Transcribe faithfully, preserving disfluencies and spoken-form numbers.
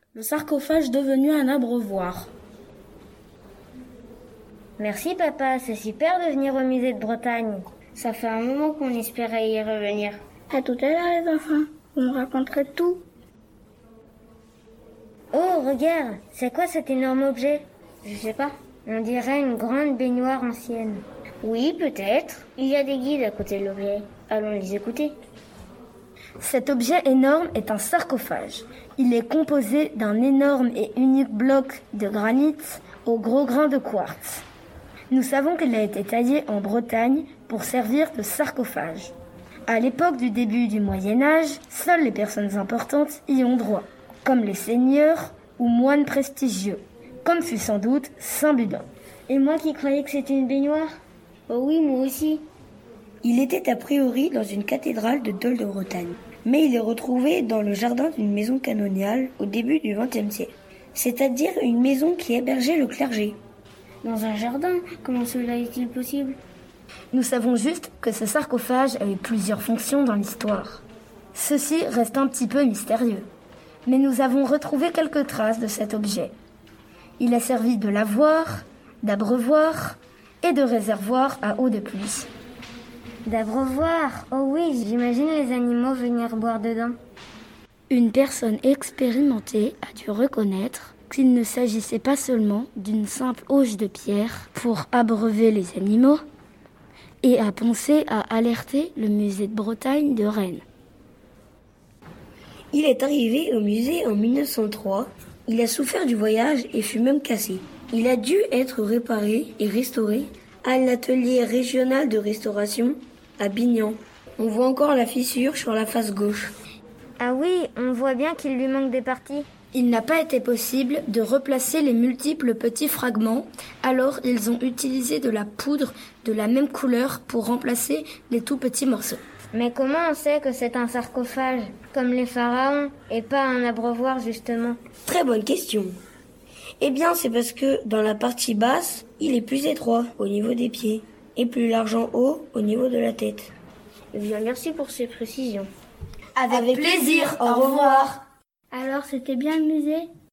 le sarcophage devenu un abreuvoir. Merci papa, c'est super de venir au musée de Bretagne. Ça fait un moment qu'on espérait y revenir. À tout à l'heure les enfants, vous me raconterez tout. Oh, regarde, c'est quoi cet énorme objet? Je sais pas, on dirait une grande baignoire ancienne. Oui, peut-être. Il y a des guides à côté de l'objet. Allons les écouter. Cet objet énorme est un sarcophage. Il est composé d'un énorme et unique bloc de granit au gros grain de quartz. Nous savons qu'il a été taillé en Bretagne pour servir de sarcophage. À l'époque du début du Moyen-Âge, seules les personnes importantes y ont droit, comme les seigneurs ou moines prestigieux, comme fut sans doute Saint Budin. Et moi qui croyais que c'était une baignoire? Oh oui, moi aussi. Il était a priori dans une cathédrale de Dol de Bretagne, mais il est retrouvé dans le jardin d'une maison canoniale au début du vingtième siècle, c'est-à-dire une maison qui hébergeait le clergé. Dans un jardin? Comment cela est-il possible? Nous savons juste que ce sarcophage a eu plusieurs fonctions dans l'histoire. Ceci reste un petit peu mystérieux, mais nous avons retrouvé quelques traces de cet objet. Il a servi de lavoir, d'abreuvoir et de réservoir à eau de pluie. D'abreuvoir? Oh oui, j'imagine les animaux venir boire dedans. Une personne expérimentée a dû reconnaître qu'il ne s'agissait pas seulement d'une simple auge de pierre pour abreuver les animaux, et a pensé à alerter le musée de Bretagne de Rennes. Il est arrivé au musée en mille neuf cent trois. Il a souffert du voyage et fut même cassé. Il a dû être réparé et restauré à l'atelier régional de restauration à Bignan. On voit encore la fissure sur la face gauche. Ah oui, on voit bien qu'il lui manque des parties. Il n'a pas été possible de replacer les multiples petits fragments, alors ils ont utilisé de la poudre de la même couleur pour remplacer les tout petits morceaux. Mais comment on sait que c'est un sarcophage, comme les pharaons, et pas un abreuvoir justement? Très bonne question. Eh bien, c'est parce que dans la partie basse, il est plus étroit au niveau des pieds et plus large en haut au niveau de la tête. Eh bien, merci pour ces précisions. Avec, Avec plaisir, au revoir. Alors, c'était bien le musée?